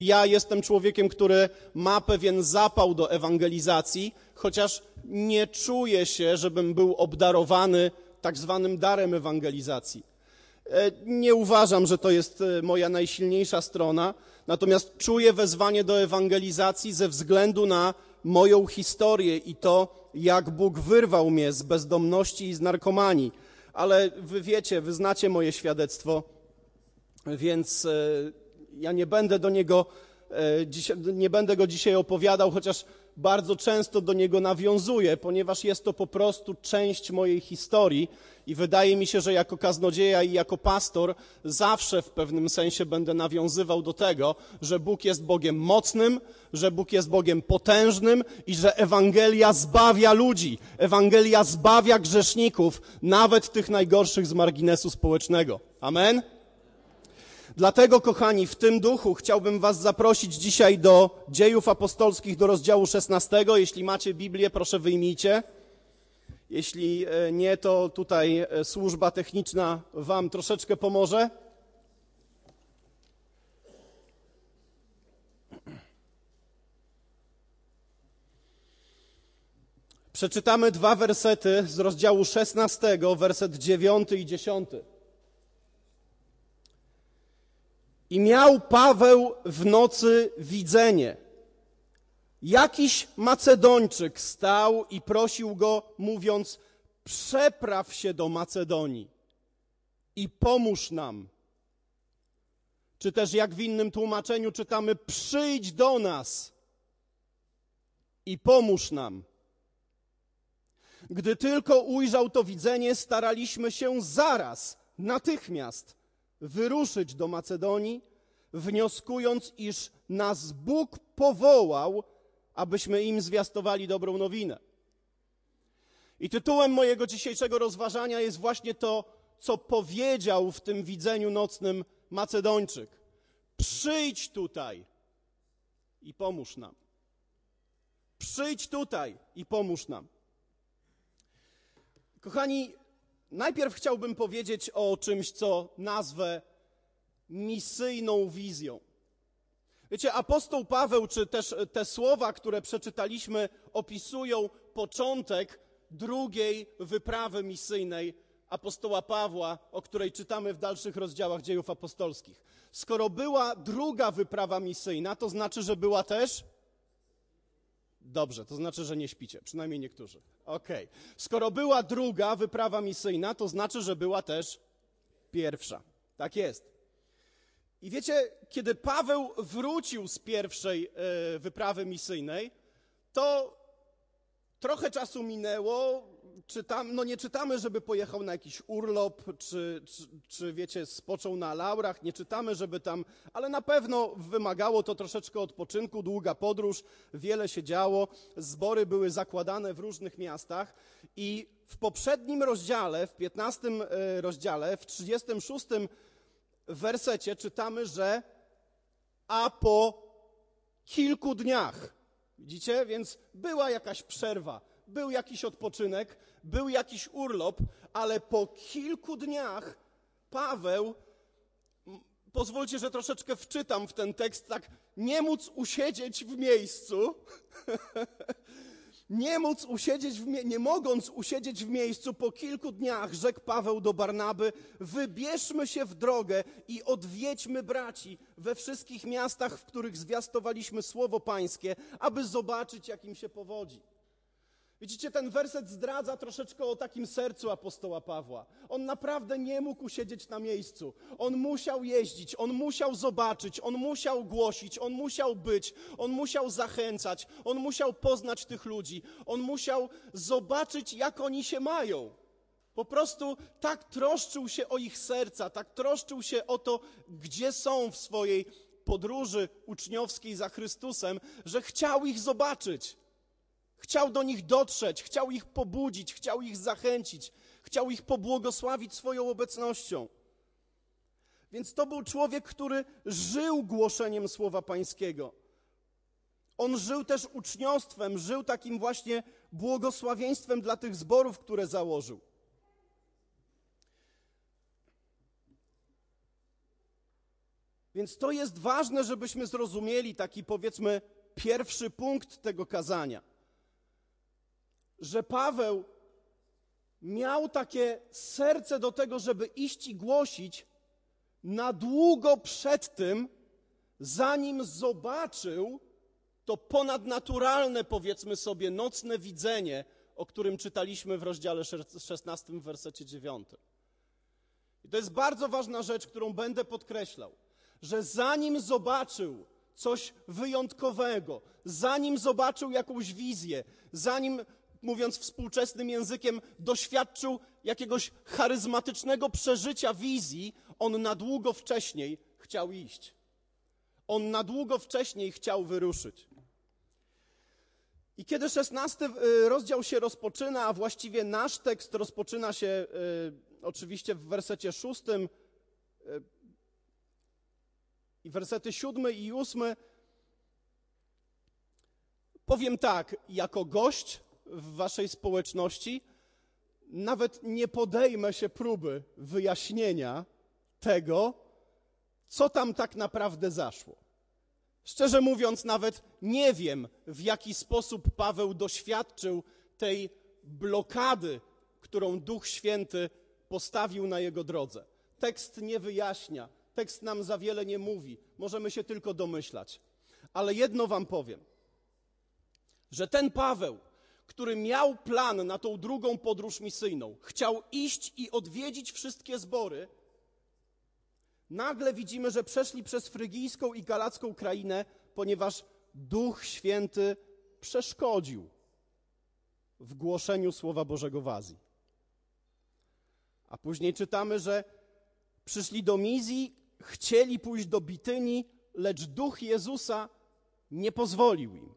Ja jestem człowiekiem, który ma pewien zapał do ewangelizacji, chociaż nie czuję się, żebym był obdarowany tak zwanym darem ewangelizacji. Nie uważam, że to jest moja najsilniejsza strona, natomiast czuję wezwanie do ewangelizacji ze względu na moją historię i to, jak Bóg wyrwał mnie z bezdomności i z narkomanii. Ale wy wiecie, wy znacie moje świadectwo, więc ja nie będę go dzisiaj opowiadał, chociaż bardzo często do niego nawiązuję, ponieważ jest to po prostu część mojej historii i wydaje mi się, że jako kaznodzieja i jako pastor zawsze w pewnym sensie będę nawiązywał do tego, że Bóg jest Bogiem mocnym, że Bóg jest Bogiem potężnym i że Ewangelia zbawia ludzi, Ewangelia zbawia grzeszników, nawet tych najgorszych z marginesu społecznego. Amen? Dlatego, kochani, w tym duchu chciałbym was zaprosić dzisiaj do Dziejów Apostolskich, do rozdziału 16. Jeśli macie Biblię, proszę wyjmijcie. Jeśli nie, to tutaj służba techniczna wam troszeczkę pomoże. Przeczytamy 2 wersety z rozdziału 16, werset 9 i 10. I miał Paweł w nocy widzenie. Jakiś Macedończyk stał i prosił go, mówiąc: przepraw się do Macedonii i pomóż nam. Czy też jak w innym tłumaczeniu czytamy: przyjdź do nas i pomóż nam. Gdy tylko ujrzał to widzenie, staraliśmy się zaraz, natychmiast wyruszyć do Macedonii, wnioskując, iż nas Bóg powołał, abyśmy im zwiastowali dobrą nowinę. I tytułem mojego dzisiejszego rozważania jest właśnie to, co powiedział w tym widzeniu nocnym Macedończyk. Przyjdź tutaj i pomóż nam. Przyjdź tutaj i pomóż nam. Kochani, najpierw chciałbym powiedzieć o czymś, co nazwę misyjną wizją. Wiecie, apostoł Paweł, czy też te słowa, które przeczytaliśmy, opisują początek drugiej wyprawy misyjnej apostoła Pawła, o której czytamy w dalszych rozdziałach Dziejów Apostolskich. Skoro była druga wyprawa misyjna, to znaczy, że była też... Dobrze, to znaczy, że nie śpicie, przynajmniej niektórzy. Okej. Skoro była druga wyprawa misyjna, to znaczy, że była też pierwsza. Tak jest. I wiecie, kiedy Paweł wrócił z pierwszej wyprawy misyjnej, to trochę czasu minęło. Nie czytamy, żeby pojechał na jakiś urlop, czy wiecie, spoczął na laurach. Nie czytamy, żeby tam, ale na pewno wymagało to troszeczkę odpoczynku, długa podróż, wiele się działo, zbory były zakładane w różnych miastach i w poprzednim rozdziale, w 15 rozdziale, w 36 wersecie czytamy, że a po kilku dniach, widzicie, więc była jakaś przerwa, był jakiś odpoczynek, był jakiś urlop, ale po kilku dniach Paweł, pozwólcie, że troszeczkę wczytam w ten tekst, tak, nie móc usiedzieć w miejscu, nie mogąc usiedzieć w miejscu, po kilku dniach rzekł Paweł do Barnaby: wybierzmy się w drogę i odwiedźmy braci we wszystkich miastach, w których zwiastowaliśmy słowo pańskie, aby zobaczyć, jak im się powodzi. Widzicie, ten werset zdradza troszeczkę o takim sercu apostoła Pawła. On naprawdę nie mógł usiedzieć na miejscu. On musiał jeździć, on musiał zobaczyć, on musiał głosić, on musiał być, on musiał zachęcać, on musiał poznać tych ludzi, on musiał zobaczyć, jak oni się mają. Po prostu tak troszczył się o ich serca, tak troszczył się o to, gdzie są w swojej podróży uczniowskiej za Chrystusem, że chciał ich zobaczyć. Chciał do nich dotrzeć, chciał ich pobudzić, chciał ich zachęcić, chciał ich pobłogosławić swoją obecnością. Więc to był człowiek, który żył głoszeniem Słowa Pańskiego. On żył też uczniostwem, żył takim właśnie błogosławieństwem dla tych zborów, które założył. Więc to jest ważne, żebyśmy zrozumieli taki, powiedzmy, pierwszy punkt tego kazania. Że Paweł miał takie serce do tego, żeby iść i głosić na długo przed tym, zanim zobaczył to ponadnaturalne, powiedzmy sobie, nocne widzenie, o którym czytaliśmy w rozdziale 16, w wersecie 9. I to jest bardzo ważna rzecz, którą będę podkreślał, że zanim zobaczył coś wyjątkowego, zanim zobaczył jakąś wizję, zanim, mówiąc współczesnym językiem, doświadczył jakiegoś charyzmatycznego przeżycia wizji, on na długo wcześniej chciał iść. On na długo wcześniej chciał wyruszyć. I kiedy 16 rozdział się rozpoczyna, a właściwie nasz tekst rozpoczyna się oczywiście w wersecie 6 i wersety 7 i 8, powiem tak, jako gość w waszej społeczności nawet nie podejmę się próby wyjaśnienia tego, co tam tak naprawdę zaszło. Szczerze mówiąc, nawet nie wiem, w jaki sposób Paweł doświadczył tej blokady, którą Duch Święty postawił na jego drodze. Tekst nie wyjaśnia, tekst nam za wiele nie mówi, możemy się tylko domyślać. Ale jedno wam powiem, że ten Paweł, który miał plan na tą drugą podróż misyjną, chciał iść i odwiedzić wszystkie zbory, nagle widzimy, że przeszli przez frygijską i galacką krainę, ponieważ Duch Święty przeszkodził w głoszeniu Słowa Bożego w Azji. A później czytamy, że przyszli do Mizji, chcieli pójść do Bitynii, lecz Duch Jezusa nie pozwolił im.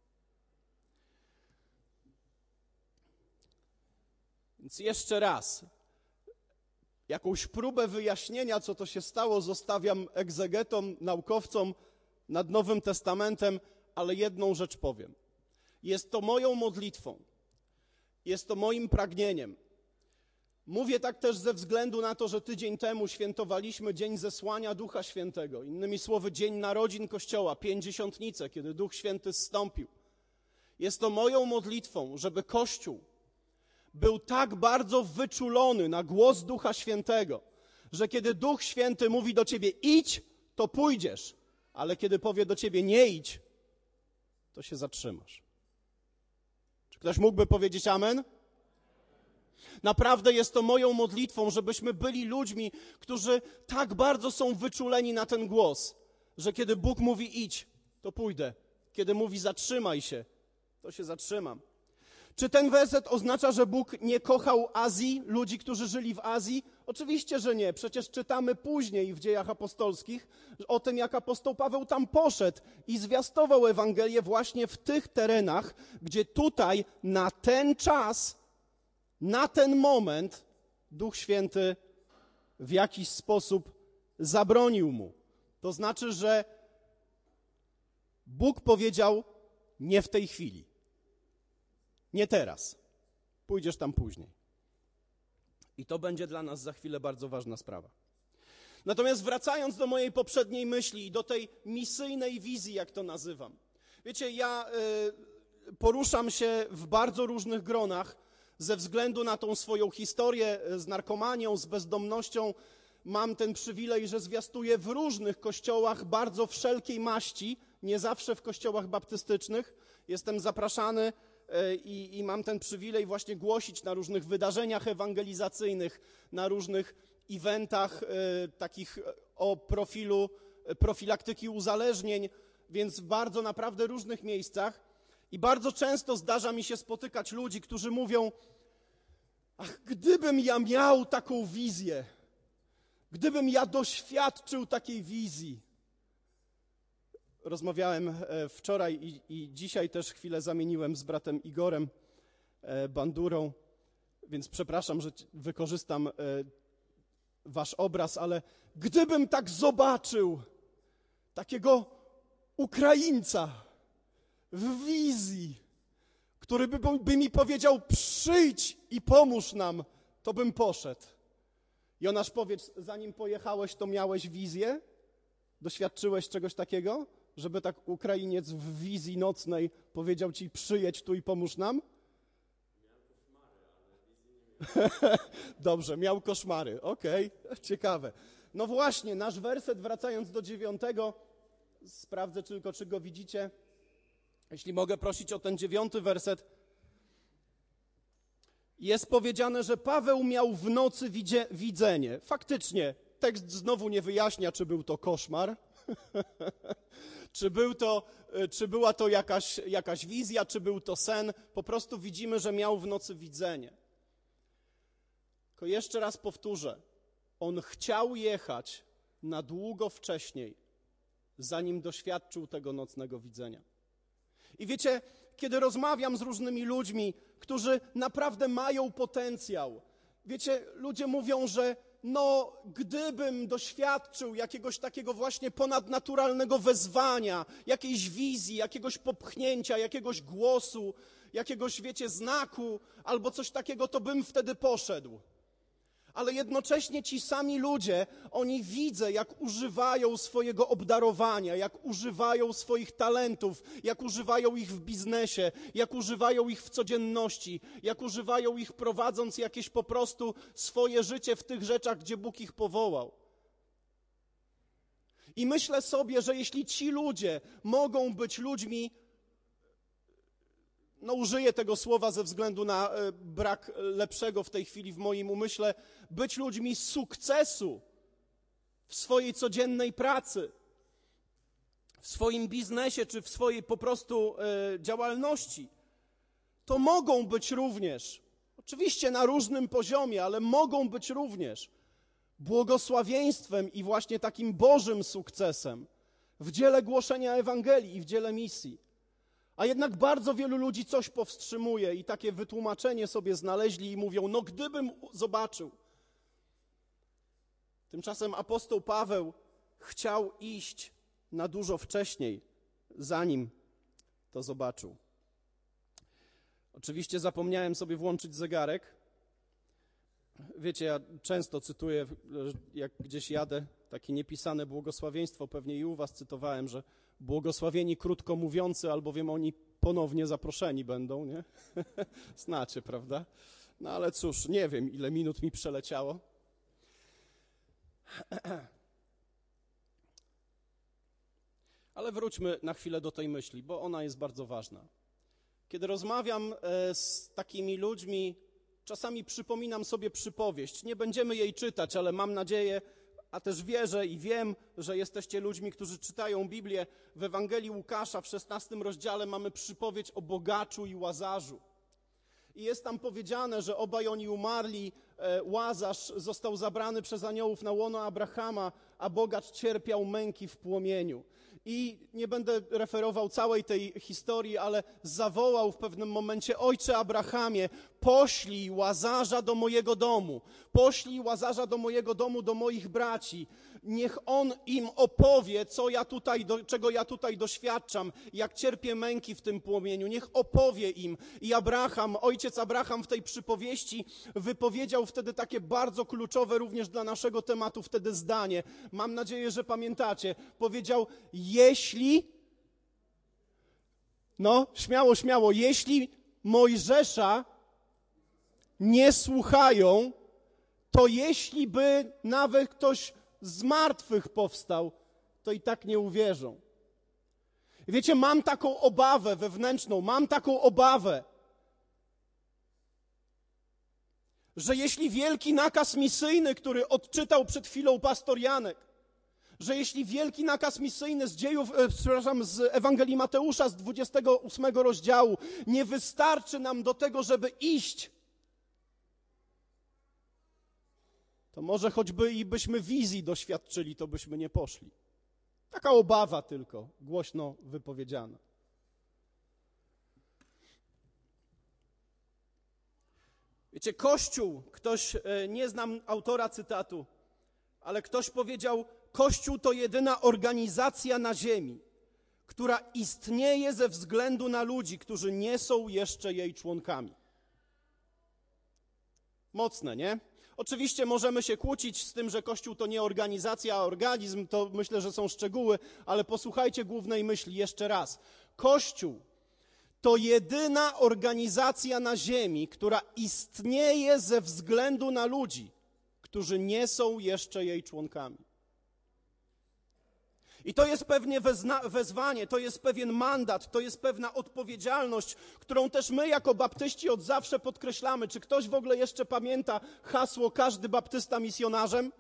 Więc jeszcze raz, jakąś próbę wyjaśnienia, co to się stało, zostawiam egzegetom, naukowcom nad Nowym Testamentem, ale jedną rzecz powiem. Jest to moją modlitwą, jest to moim pragnieniem. Mówię tak też ze względu na to, że tydzień temu świętowaliśmy Dzień Zesłania Ducha Świętego. Innymi słowy, Dzień Narodzin Kościoła, Pięćdziesiątnicę, kiedy Duch Święty zstąpił. Jest to moją modlitwą, żeby Kościół był tak bardzo wyczulony na głos Ducha Świętego, że kiedy Duch Święty mówi do ciebie idź, to pójdziesz, ale kiedy powie do ciebie nie idź, to się zatrzymasz. Czy ktoś mógłby powiedzieć amen? Naprawdę jest to moją modlitwą, żebyśmy byli ludźmi, którzy tak bardzo są wyczuleni na ten głos, że kiedy Bóg mówi idź, to pójdę. Kiedy mówi zatrzymaj się, to się zatrzymam. Czy ten werset oznacza, że Bóg nie kochał Azji, ludzi, którzy żyli w Azji? Oczywiście, że nie. Przecież czytamy później w Dziejach Apostolskich o tym, jak apostoł Paweł tam poszedł i zwiastował Ewangelię właśnie w tych terenach, gdzie tutaj na ten czas, na ten moment Duch Święty w jakiś sposób zabronił mu. To znaczy, że Bóg powiedział nie w tej chwili. Nie teraz. Pójdziesz tam później. I to będzie dla nas za chwilę bardzo ważna sprawa. Natomiast wracając do mojej poprzedniej myśli i do tej misyjnej wizji, jak to nazywam. Wiecie, ja poruszam się w bardzo różnych gronach ze względu na tą swoją historię z narkomanią, z bezdomnością. Mam ten przywilej, że zwiastuję w różnych kościołach bardzo wszelkiej maści, nie zawsze w kościołach baptystycznych. Jestem zapraszany i mam ten przywilej właśnie głosić na różnych wydarzeniach ewangelizacyjnych, na różnych eventach takich o profilu profilaktyki uzależnień, więc w bardzo naprawdę różnych miejscach. I bardzo często zdarza mi się spotykać ludzi, którzy mówią: ach, gdybym ja miał taką wizję, gdybym ja doświadczył takiej wizji. Rozmawiałem wczoraj i dzisiaj też chwilę zamieniłem z bratem Igorem Bandurą, więc przepraszam, że wykorzystam wasz obraz, ale gdybym tak zobaczył takiego Ukraińca w wizji, który by mi powiedział: przyjdź i pomóż nam, to bym poszedł. Jonasz, powiedz, zanim pojechałeś, to miałeś wizję? Doświadczyłeś czegoś takiego? Żeby tak Ukrainiec w wizji nocnej powiedział ci: przyjedź tu i pomóż nam? Dobrze, miał koszmary, okej, ciekawe. No właśnie, nasz werset, wracając do 9, sprawdzę tylko, czy go widzicie. Jeśli mogę prosić o ten 9 werset. Jest powiedziane, że Paweł miał w nocy widzenie. Faktycznie, tekst znowu nie wyjaśnia, czy był to koszmar, czy była to jakaś wizja, czy był to sen. Po prostu widzimy, że miał w nocy widzenie. Tylko jeszcze raz powtórzę, on chciał jechać na długo wcześniej, zanim doświadczył tego nocnego widzenia. I wiecie, kiedy rozmawiam z różnymi ludźmi, którzy naprawdę mają potencjał, wiecie, ludzie mówią, że no, gdybym doświadczył jakiegoś takiego właśnie ponadnaturalnego wezwania, jakiejś wizji, jakiegoś popchnięcia, jakiegoś głosu, jakiegoś, wiecie, znaku albo coś takiego, to bym wtedy poszedł. Ale jednocześnie ci sami ludzie, oni widzę, jak używają swojego obdarowania, jak używają swoich talentów, jak używają ich w biznesie, jak używają ich w codzienności, jak używają ich prowadząc jakieś po prostu swoje życie w tych rzeczach, gdzie Bóg ich powołał. I myślę sobie, że jeśli ci ludzie mogą być ludźmi, no użyję tego słowa ze względu na brak lepszego w tej chwili w moim umyśle, być ludźmi sukcesu w swojej codziennej pracy, w swoim biznesie czy w swojej po prostu działalności, to mogą być również, oczywiście na różnym poziomie, ale mogą być również błogosławieństwem i właśnie takim Bożym sukcesem w dziele głoszenia Ewangelii i w dziele misji. A jednak bardzo wielu ludzi coś powstrzymuje i takie wytłumaczenie sobie znaleźli i mówią, no gdybym zobaczył. Tymczasem apostoł Paweł chciał iść na dużo wcześniej, zanim to zobaczył. Oczywiście zapomniałem sobie włączyć zegarek. Wiecie, ja często cytuję, jak gdzieś jadę, takie niepisane błogosławieństwo, pewnie i u was cytowałem, że błogosławieni krótko mówiący, albowiem oni ponownie zaproszeni będą, nie? Znacie, prawda? No ale cóż, nie wiem, ile minut mi przeleciało. Ale wróćmy na chwilę do tej myśli, bo ona jest bardzo ważna. Kiedy rozmawiam z takimi ludźmi, czasami przypominam sobie przypowieść. Nie będziemy jej czytać, ale mam nadzieję, a też wierzę i wiem, że jesteście ludźmi, którzy czytają Biblię. W Ewangelii Łukasza w 16 rozdziale mamy przypowieść o bogaczu i Łazarzu. I jest tam powiedziane, że obaj oni umarli, Łazarz został zabrany przez aniołów na łono Abrahama, a bogacz cierpiał męki w płomieniu. I nie będę referował całej tej historii, ale zawołał w pewnym momencie: Ojcze Abrahamie, poślij Łazarza do mojego domu, poślij Łazarza do mojego domu, do moich braci. Niech on im opowie, czego ja tutaj doświadczam, jak cierpię męki w tym płomieniu. Niech opowie im. I ojciec Abraham w tej przypowieści wypowiedział wtedy takie bardzo kluczowe również dla naszego tematu wtedy zdanie. Mam nadzieję, że pamiętacie. Powiedział: śmiało, jeśli Mojżesza nie słuchają, to jeśli by nawet ktoś z martwych powstał, to i tak nie uwierzą. Wiecie, mam taką obawę wewnętrzną, że jeśli wielki nakaz misyjny, który odczytał przed chwilą pastor Janek, że jeśli wielki nakaz misyjny z Ewangelii Mateusza z 28 rozdziału nie wystarczy nam do tego, żeby iść, to może choćby i byśmy wizji doświadczyli, to byśmy nie poszli. Taka obawa tylko, głośno wypowiedziana. Wiecie, Kościół, nie znam autora cytatu, ale ktoś powiedział: Kościół to jedyna organizacja na ziemi, która istnieje ze względu na ludzi, którzy nie są jeszcze jej członkami. Mocne, nie? Oczywiście możemy się kłócić z tym, że Kościół to nie organizacja, a organizm, to myślę, że są szczegóły, ale posłuchajcie głównej myśli jeszcze raz. Kościół to jedyna organizacja na ziemi, która istnieje ze względu na ludzi, którzy nie są jeszcze jej członkami. I to jest pewnie wezwanie, to jest pewien mandat, to jest pewna odpowiedzialność, którą też my jako baptyści od zawsze podkreślamy. Czy ktoś w ogóle jeszcze pamięta hasło "każdy baptysta misjonarzem"?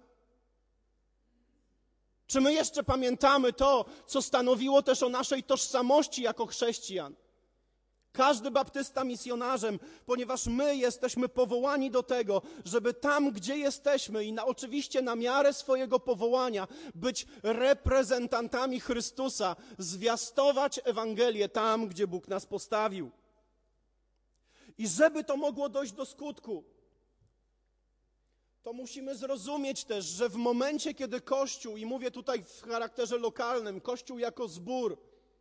Czy my jeszcze pamiętamy to, co stanowiło też o naszej tożsamości jako chrześcijan? Każdy baptysta misjonarzem, ponieważ my jesteśmy powołani do tego, żeby tam, gdzie jesteśmy i oczywiście na miarę swojego powołania być reprezentantami Chrystusa, zwiastować Ewangelię tam, gdzie Bóg nas postawił. I żeby to mogło dojść do skutku, to musimy zrozumieć też, że w momencie, kiedy Kościół, i mówię tutaj w charakterze lokalnym, Kościół jako zbór,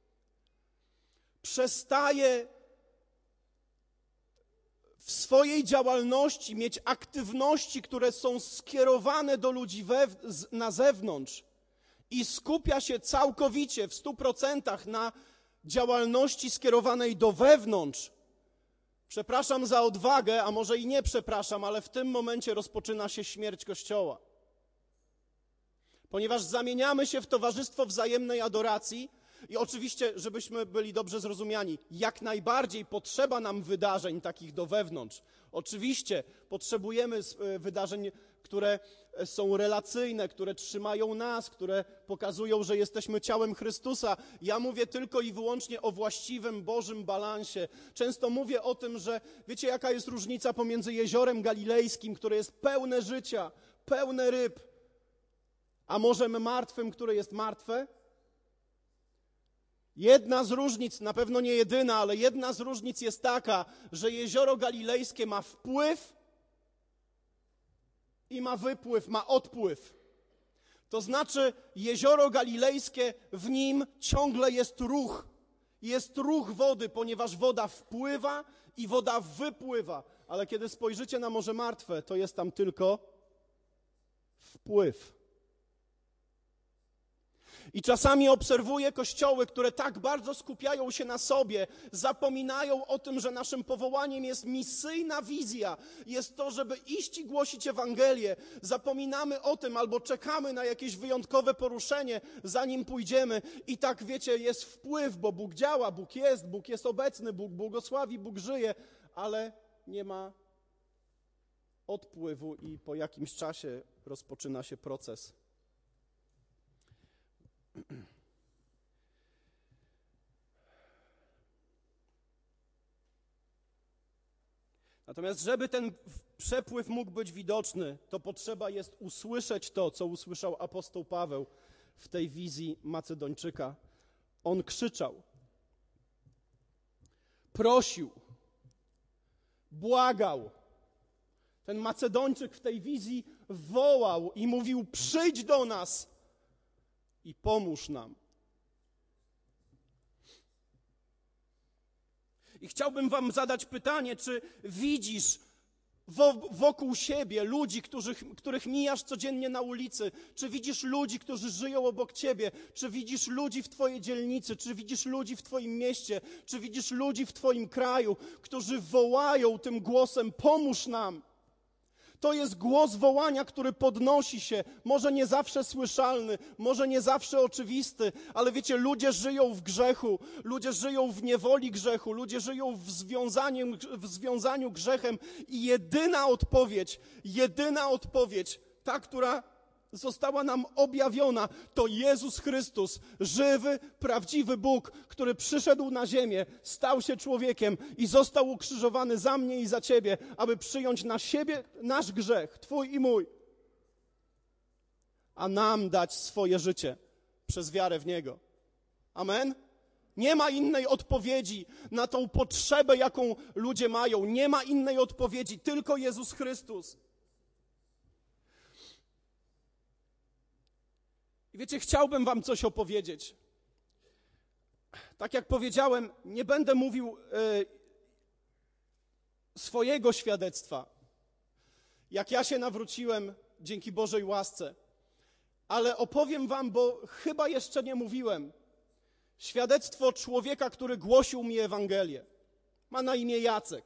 przestaje w swojej działalności mieć aktywności, które są skierowane do ludzi na zewnątrz i skupia się całkowicie w 100% na działalności skierowanej do wewnątrz. Przepraszam za odwagę, a może i nie przepraszam, ale w tym momencie rozpoczyna się śmierć Kościoła. Ponieważ zamieniamy się w towarzystwo wzajemnej adoracji i oczywiście, żebyśmy byli dobrze zrozumiani, jak najbardziej potrzeba nam wydarzeń takich do wewnątrz. Oczywiście potrzebujemy wydarzeń, które są relacyjne, które trzymają nas, które pokazują, że jesteśmy ciałem Chrystusa. Ja mówię tylko i wyłącznie o właściwym Bożym balansie. Często mówię o tym, że wiecie, jaka jest różnica pomiędzy Jeziorem Galilejskim, które jest pełne życia, pełne ryb, a Morzem Martwym, które jest martwe? Jedna z różnic, na pewno nie jedyna, ale jedna z różnic jest taka, że Jezioro Galilejskie ma wpływ i ma wypływ, ma odpływ. To znaczy Jezioro Galilejskie, w nim ciągle jest ruch. Jest ruch wody, ponieważ woda wpływa i woda wypływa. Ale kiedy spojrzycie na Morze Martwe, to jest tam tylko wpływ. I czasami obserwuję kościoły, które tak bardzo skupiają się na sobie, zapominają o tym, że naszym powołaniem jest misyjna wizja, jest to, żeby iść i głosić Ewangelię. Zapominamy o tym albo czekamy na jakieś wyjątkowe poruszenie, zanim pójdziemy. I tak, wiecie, jest wpływ, bo Bóg działa, Bóg jest obecny, Bóg błogosławi, Bóg żyje, ale nie ma odpływu i po jakimś czasie rozpoczyna się proces. Natomiast żeby ten przepływ mógł być widoczny, to potrzeba jest usłyszeć to, co usłyszał apostoł Paweł w tej wizji Macedończyka. On krzyczał, prosił, błagał. Ten Macedończyk w tej wizji wołał i mówił, przyjdź do nas i pomóż nam. I chciałbym wam zadać pytanie, czy widzisz wokół siebie ludzi, których mijasz codziennie na ulicy? Czy widzisz ludzi, którzy żyją obok ciebie? Czy widzisz ludzi w twojej dzielnicy? Czy widzisz ludzi w twoim mieście? Czy widzisz ludzi w twoim kraju, którzy wołają tym głosem, pomóż nam? To jest głos wołania, który podnosi się, może nie zawsze słyszalny, może nie zawsze oczywisty, ale wiecie, ludzie żyją w grzechu, ludzie żyją w niewoli grzechu, ludzie żyją w związaniu grzechem i jedyna odpowiedź, ta, która została nam objawiona, to Jezus Chrystus, żywy, prawdziwy Bóg, który przyszedł na ziemię, stał się człowiekiem i został ukrzyżowany za mnie i za ciebie, aby przyjąć na siebie nasz grzech, twój i mój, a nam dać swoje życie przez wiarę w Niego. Amen? Nie ma innej odpowiedzi na tą potrzebę, jaką ludzie mają. Nie ma innej odpowiedzi, tylko Jezus Chrystus. I wiecie, chciałbym wam coś opowiedzieć. Tak jak powiedziałem, nie będę mówił swojego świadectwa. jak ja się nawróciłem dzięki Bożej łasce. Ale opowiem wam, bo chyba jeszcze nie mówiłem, świadectwo człowieka, który głosił mi Ewangelię. Ma na imię Jacek.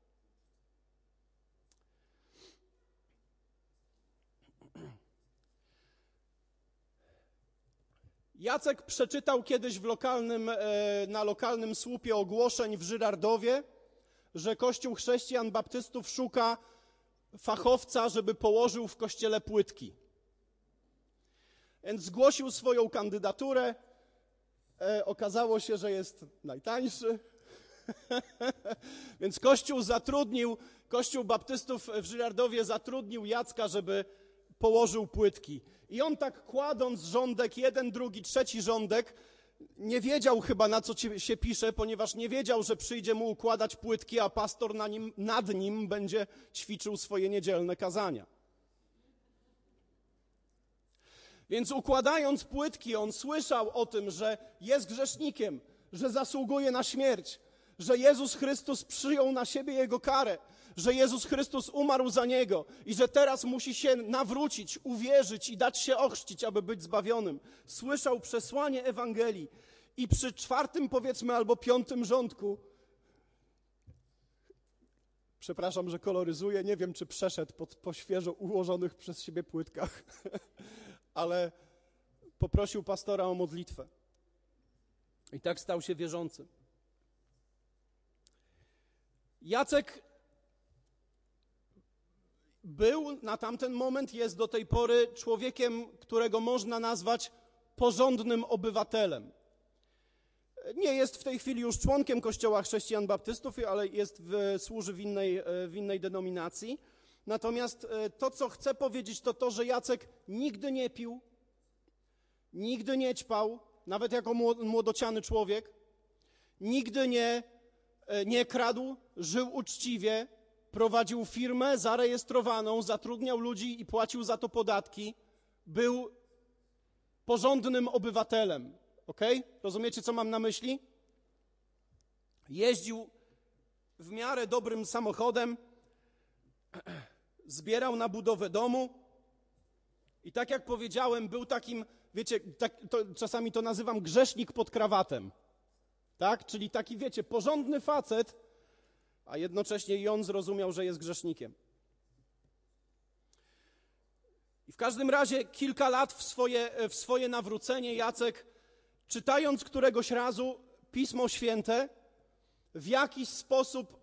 Jacek przeczytał kiedyś na lokalnym słupie ogłoszeń w Żyrardowie, że Kościół Chrześcijan Baptystów szuka fachowca, żeby położył w kościele płytki. Więc zgłosił swoją kandydaturę. Okazało się, że jest najtańszy. Więc Kościół Baptystów w Żyrardowie zatrudnił Jacka, żeby położył płytki. I on tak kładąc rządek, jeden, drugi, trzeci rządek, nie wiedział chyba, na co się pisze, ponieważ nie wiedział, że przyjdzie mu układać płytki, a pastor nad nim będzie ćwiczył swoje niedzielne kazania. Więc układając płytki, on słyszał o tym, że jest grzesznikiem, że zasługuje na śmierć, że Jezus Chrystus przyjął na siebie jego karę, że Jezus Chrystus umarł za niego i że teraz musi się nawrócić, uwierzyć i dać się ochrzcić, aby być zbawionym. Słyszał przesłanie Ewangelii i przy czwartym, powiedzmy, albo piątym rządku, przepraszam, że koloryzuję, nie wiem, czy przeszedł po świeżo ułożonych przez siebie płytkach, ale poprosił pastora o modlitwę. I tak stał się wierzącym. Jacek był na tamten moment, jest do tej pory człowiekiem, którego można nazwać porządnym obywatelem. Nie jest w tej chwili już członkiem Kościoła Chrześcijan Baptystów, ale służy w innej denominacji. Natomiast to, co chcę powiedzieć, to to, że Jacek nigdy nie pił, nigdy nie ćpał, nawet jako młodociany człowiek, nigdy nie kradł, żył uczciwie, prowadził firmę zarejestrowaną, zatrudniał ludzi i płacił za to podatki. Był porządnym obywatelem. Okej? Rozumiecie, co mam na myśli? Jeździł w miarę dobrym samochodem, zbierał na budowę domu i tak jak powiedziałem, był takim, wiecie, czasami to nazywam grzesznik pod krawatem. Tak? Czyli taki, wiecie, porządny facet, a jednocześnie i on zrozumiał, że jest grzesznikiem. I w każdym razie kilka lat w swoje nawrócenie Jacek, czytając któregoś razu Pismo Święte, w jakiś sposób,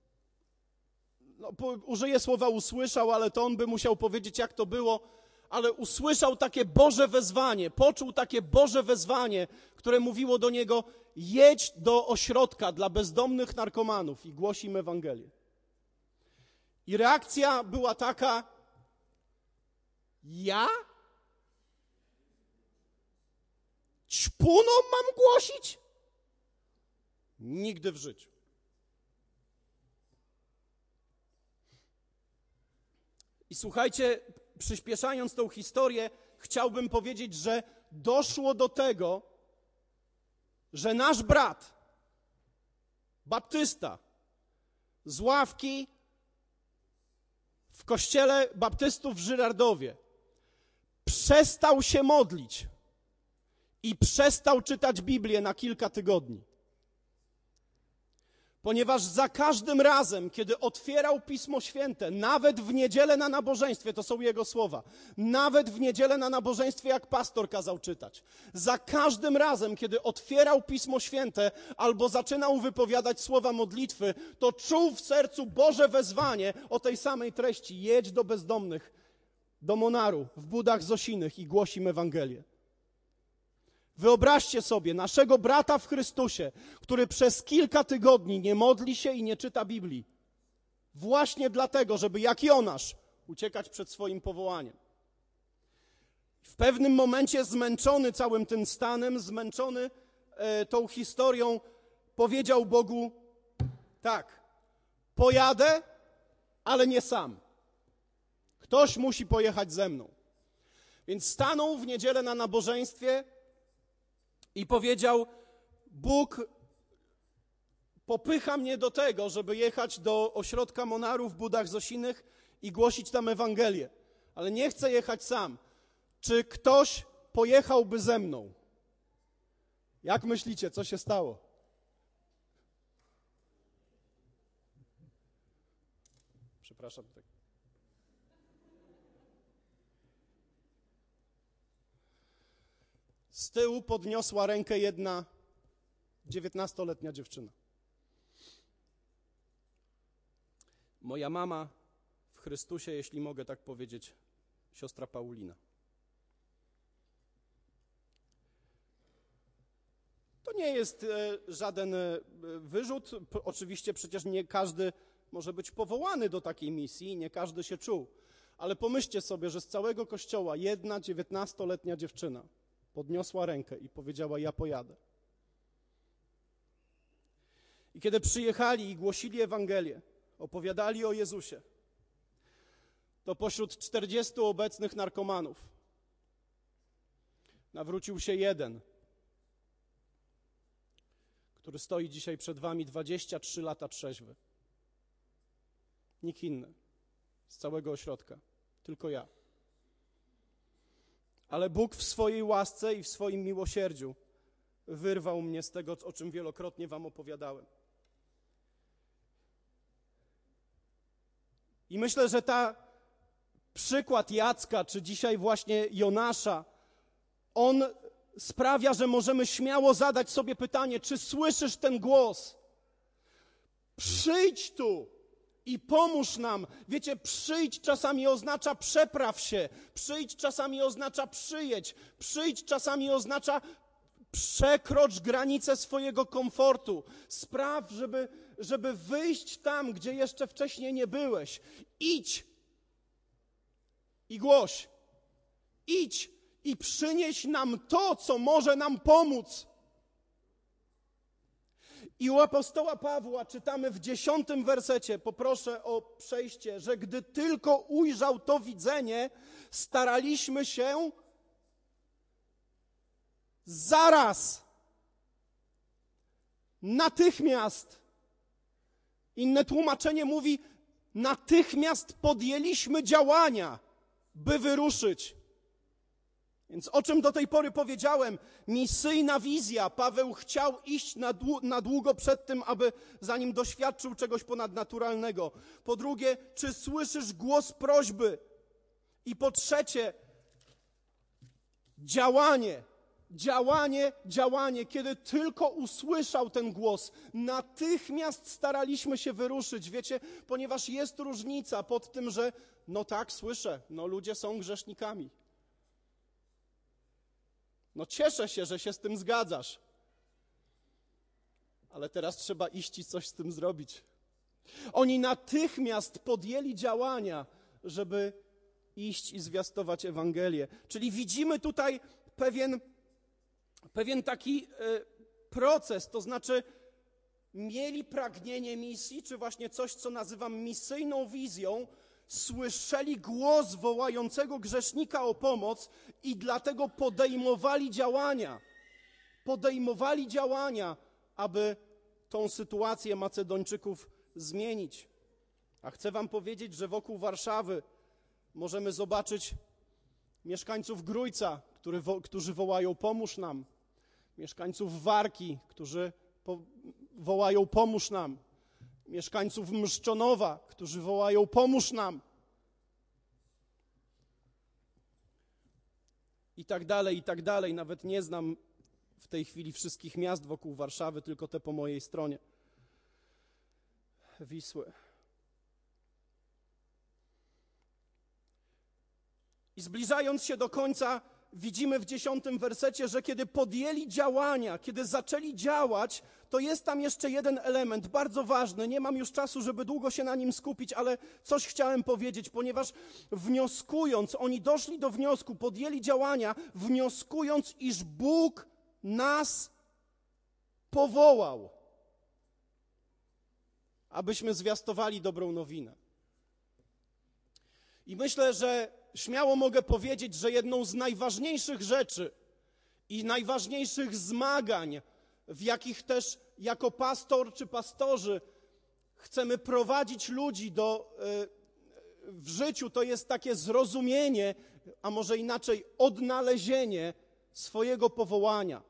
użyję słowa usłyszał, ale to on by musiał powiedzieć, jak to było, ale usłyszał takie Boże wezwanie, poczuł takie Boże wezwanie, które mówiło do niego: jedź do ośrodka dla bezdomnych narkomanów i głoś im Ewangelię. I reakcja była taka: ja? Ćpunom mam głosić? Nigdy w życiu. I słuchajcie, przyspieszając tą historię, chciałbym powiedzieć, że doszło do tego, że nasz brat, baptysta, z ławki w kościele baptystów w Żyrardowie przestał się modlić i przestał czytać Biblię na kilka tygodni. Ponieważ za każdym razem, kiedy otwierał Pismo Święte, nawet w niedzielę na nabożeństwie, to są jego słowa, nawet w niedzielę na nabożeństwie, jak pastor kazał czytać, za każdym razem, kiedy otwierał Pismo Święte albo zaczynał wypowiadać słowa modlitwy, to czuł w sercu Boże wezwanie o tej samej treści: jedź do bezdomnych, do Monaru, w Budach Zosinych i głoś im Ewangelię. Wyobraźcie sobie naszego brata w Chrystusie, który przez kilka tygodni nie modli się i nie czyta Biblii. Właśnie dlatego, żeby jak Jonasz uciekać przed swoim powołaniem. W pewnym momencie, zmęczony całym tym stanem, zmęczony tą historią, powiedział Bogu: tak, pojadę, ale nie sam. Ktoś musi pojechać ze mną. Więc stanął w niedzielę na nabożeństwie i powiedział: Bóg popycha mnie do tego, żeby jechać do ośrodka Monaru w Budach Zosinych i głosić tam Ewangelię, ale nie chcę jechać sam. Czy ktoś pojechałby ze mną? Jak myślicie, co się stało? Przepraszam. Z tyłu podniosła rękę jedna 19-letnia dziewczyna. Moja mama w Chrystusie, jeśli mogę tak powiedzieć, siostra Paulina. To nie jest żaden wyrzut. Oczywiście przecież nie każdy może być powołany do takiej misji, nie każdy się czuł. Ale pomyślcie sobie, że z całego kościoła jedna 19-letnia dziewczyna podniosła rękę i powiedziała: ja pojadę. I kiedy przyjechali i głosili Ewangelię, opowiadali o Jezusie, to pośród 40 obecnych narkomanów nawrócił się jeden, który stoi dzisiaj przed wami 23 lata trzeźwy. Nikt inny z całego ośrodka, tylko ja. Ale Bóg w swojej łasce i w swoim miłosierdziu wyrwał mnie z tego, o czym wielokrotnie wam opowiadałem. I myślę, że przykład Jacka, czy dzisiaj właśnie Jonasza, on sprawia, że możemy śmiało zadać sobie pytanie, czy słyszysz ten głos? Przyjdź tu i pomóż nam. Wiecie, przyjdź czasami oznacza przepraw się, przyjdź czasami oznacza przyjedź, przyjdź czasami oznacza przekrocz granicę swojego komfortu. Spraw, żeby wyjść tam, gdzie jeszcze wcześniej nie byłeś. Idź i głoś. Idź i przynieś nam to, co może nam pomóc. I u apostoła Pawła czytamy w 10 wersecie, poproszę o przejście, że gdy tylko ujrzał to widzenie, staraliśmy się zaraz, natychmiast. Inne tłumaczenie mówi, natychmiast podjęliśmy działania, by wyruszyć. Więc o czym do tej pory powiedziałem? Misyjna wizja. Paweł chciał iść na długo przed tym, zanim doświadczył czegoś ponadnaturalnego. Po drugie, czy słyszysz głos prośby? I po trzecie, działanie. Działanie. Kiedy tylko usłyszał ten głos, natychmiast staraliśmy się wyruszyć. Wiecie, ponieważ jest różnica pod tym, że no tak, słyszę, no ludzie są grzesznikami. No cieszę się, że się z tym zgadzasz. Ale teraz trzeba iść i coś z tym zrobić. Oni natychmiast podjęli działania, żeby iść i zwiastować Ewangelię. Czyli widzimy tutaj pewien taki proces, to znaczy mieli pragnienie misji, czy właśnie coś, co nazywam misyjną wizją, słyszeli głos wołającego grzesznika o pomoc i dlatego podejmowali działania, aby tą sytuację Macedończyków zmienić. A chcę wam powiedzieć, że wokół Warszawy możemy zobaczyć mieszkańców Grójca, którzy wołają: pomóż nam. Mieszkańców Warki, którzy wołają: pomóż nam. Mieszkańców Mszczonowa, którzy wołają: pomóż nam. I tak dalej. Nawet nie znam w tej chwili wszystkich miast wokół Warszawy, tylko te po mojej stronie Wisły. I zbliżając się do końca, widzimy w 10 wersecie, że kiedy podjęli działania, kiedy zaczęli działać, to jest tam jeszcze jeden element bardzo ważny. Nie mam już czasu, żeby długo się na nim skupić, ale coś chciałem powiedzieć, ponieważ wnioskując, oni doszli do wniosku, podjęli działania, wnioskując, iż Bóg nas powołał, abyśmy zwiastowali dobrą nowinę. I myślę, że śmiało mogę powiedzieć, że jedną z najważniejszych rzeczy i najważniejszych zmagań, w jakich też jako pastor czy pastorzy chcemy prowadzić ludzi w życiu to jest takie zrozumienie, a może inaczej odnalezienie swojego powołania.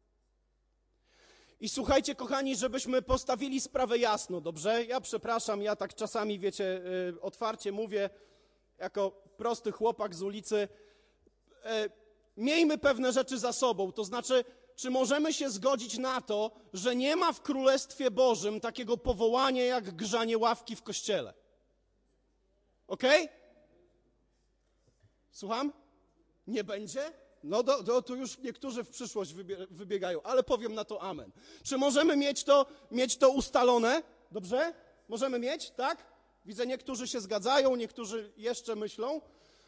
I słuchajcie, kochani, żebyśmy postawili sprawę jasno, dobrze? Ja przepraszam, ja tak czasami, wiecie, otwarcie mówię, jako prosty chłopak z ulicy. Miejmy pewne rzeczy za sobą, to znaczy, czy możemy się zgodzić na to, że nie ma w Królestwie Bożym takiego powołania jak grzanie ławki w kościele? Okej? Słucham? Nie będzie? No to już niektórzy w przyszłość wybiegają, ale powiem na to amen. Czy możemy mieć to ustalone? Dobrze? Możemy mieć, tak? Widzę, niektórzy się zgadzają, niektórzy jeszcze myślą.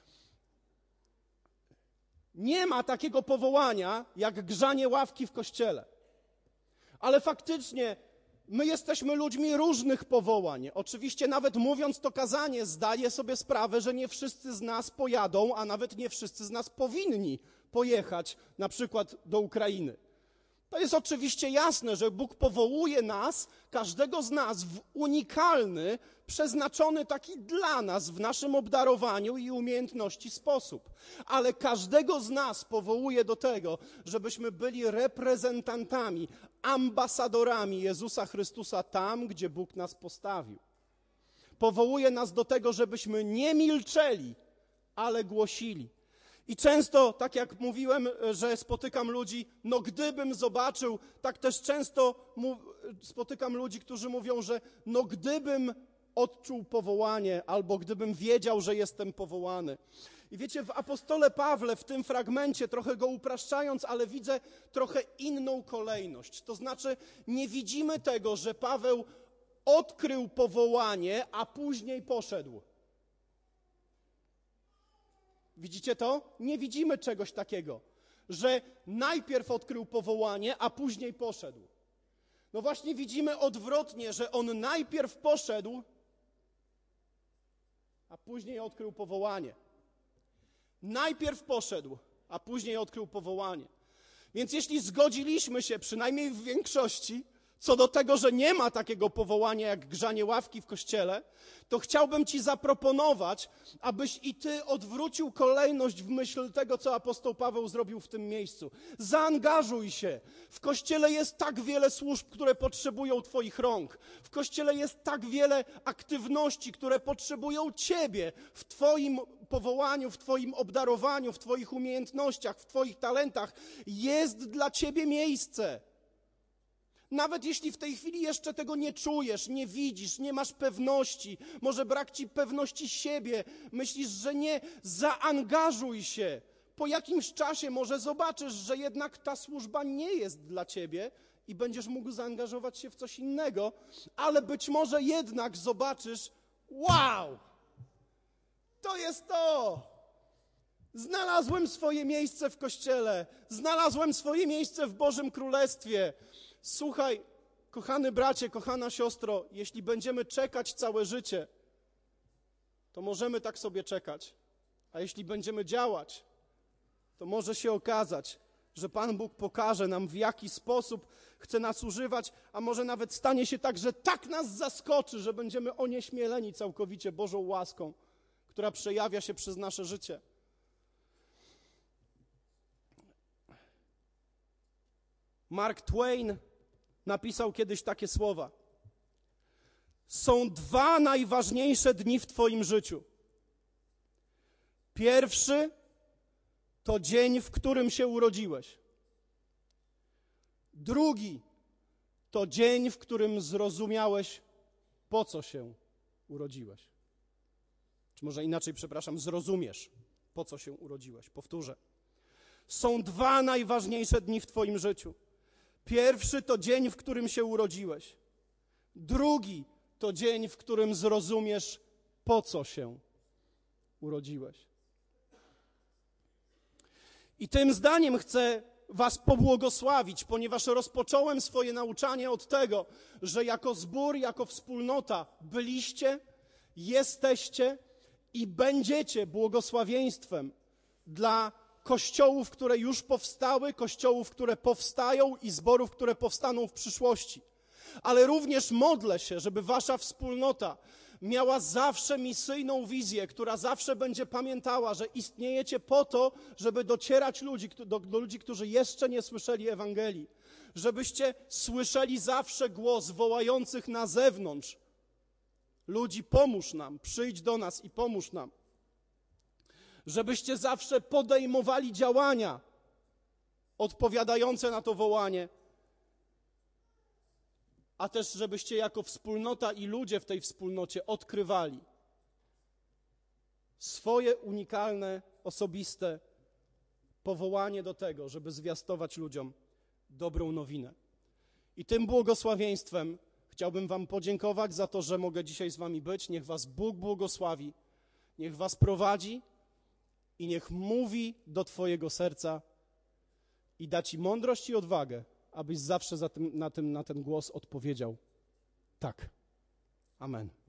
Nie ma takiego powołania jak grzanie ławki w kościele. Ale faktycznie my jesteśmy ludźmi różnych powołań. Oczywiście nawet mówiąc to kazanie, zdaję sobie sprawę, że nie wszyscy z nas pojadą, a nawet nie wszyscy z nas powinni pojechać na przykład do Ukrainy. To jest oczywiście jasne, że Bóg powołuje nas, każdego z nas w unikalny, przeznaczony taki dla nas w naszym obdarowaniu i umiejętności sposób. Ale każdego z nas powołuje do tego, żebyśmy byli reprezentantami, ambasadorami Jezusa Chrystusa tam, gdzie Bóg nas postawił. Powołuje nas do tego, żebyśmy nie milczeli, ale głosili. I często, tak jak mówiłem, że spotykam ludzi, no gdybym zobaczył, tak też często spotykam ludzi, którzy mówią, że no gdybym odczuł powołanie, albo gdybym wiedział, że jestem powołany. I wiecie, w apostole Pawle, w tym fragmencie, trochę go upraszczając, ale widzę trochę inną kolejność. To znaczy, nie widzimy tego, że Paweł odkrył powołanie, a później poszedł. Widzicie to? Nie widzimy czegoś takiego, że najpierw odkrył powołanie, a później poszedł. No właśnie widzimy odwrotnie, że on najpierw poszedł, a później odkrył powołanie. Najpierw poszedł, a później odkrył powołanie. Więc jeśli zgodziliśmy się, przynajmniej w większości, co do tego, że nie ma takiego powołania jak grzanie ławki w kościele, to chciałbym ci zaproponować, abyś i ty odwrócił kolejność w myśl tego, co apostoł Paweł zrobił w tym miejscu. Zaangażuj się. W kościele jest tak wiele służb, które potrzebują twoich rąk. W kościele jest tak wiele aktywności, które potrzebują ciebie w twoim powołaniu, w twoim obdarowaniu, w twoich umiejętnościach, w twoich talentach. Jest dla ciebie miejsce. Nawet jeśli w tej chwili jeszcze tego nie czujesz, nie widzisz, nie masz pewności, może brak ci pewności siebie, myślisz, że nie, zaangażuj się. Po jakimś czasie może zobaczysz, że jednak ta służba nie jest dla ciebie i będziesz mógł zaangażować się w coś innego, ale być może jednak zobaczysz, wow, to jest to. Znalazłem swoje miejsce w Kościele, znalazłem swoje miejsce w Bożym Królestwie. Słuchaj, kochany bracie, kochana siostro, jeśli będziemy czekać całe życie, to możemy tak sobie czekać. A jeśli będziemy działać, to może się okazać, że Pan Bóg pokaże nam, w jaki sposób chce nas używać, a może nawet stanie się tak, że tak nas zaskoczy, że będziemy onieśmieleni całkowicie Bożą łaską, która przejawia się przez nasze życie. Mark Twain napisał kiedyś takie słowa. Są dwa najważniejsze dni w twoim życiu. Pierwszy to dzień, w którym się urodziłeś. Drugi to dzień, w którym zrozumiałeś, po co się urodziłeś. Czy może inaczej, przepraszam, zrozumiesz, po co się urodziłeś. Powtórzę. Są dwa najważniejsze dni w twoim życiu. Pierwszy to dzień, w którym się urodziłeś. Drugi to dzień, w którym zrozumiesz, po co się urodziłeś. I tym zdaniem chcę was pobłogosławić, ponieważ rozpocząłem swoje nauczanie od tego, że jako zbór, jako wspólnota byliście, jesteście i będziecie błogosławieństwem dla kościołów, które już powstały, kościołów, które powstają i zborów, które powstaną w przyszłości. Ale również modlę się, żeby wasza wspólnota miała zawsze misyjną wizję, która zawsze będzie pamiętała, że istniejecie po to, żeby docierać do ludzi, którzy jeszcze nie słyszeli Ewangelii. Żebyście słyszeli zawsze głos wołających na zewnątrz ludzi: pomóż nam, przyjdź do nas i pomóż nam. Żebyście zawsze podejmowali działania odpowiadające na to wołanie, a też żebyście jako wspólnota i ludzie w tej wspólnocie odkrywali swoje unikalne, osobiste powołanie do tego, żeby zwiastować ludziom dobrą nowinę. I tym błogosławieństwem chciałbym wam podziękować za to, że mogę dzisiaj z wami być. Niech was Bóg błogosławi, niech was prowadzi i niech mówi do twojego serca i da ci mądrość i odwagę, abyś zawsze na ten głos odpowiedział tak. Amen.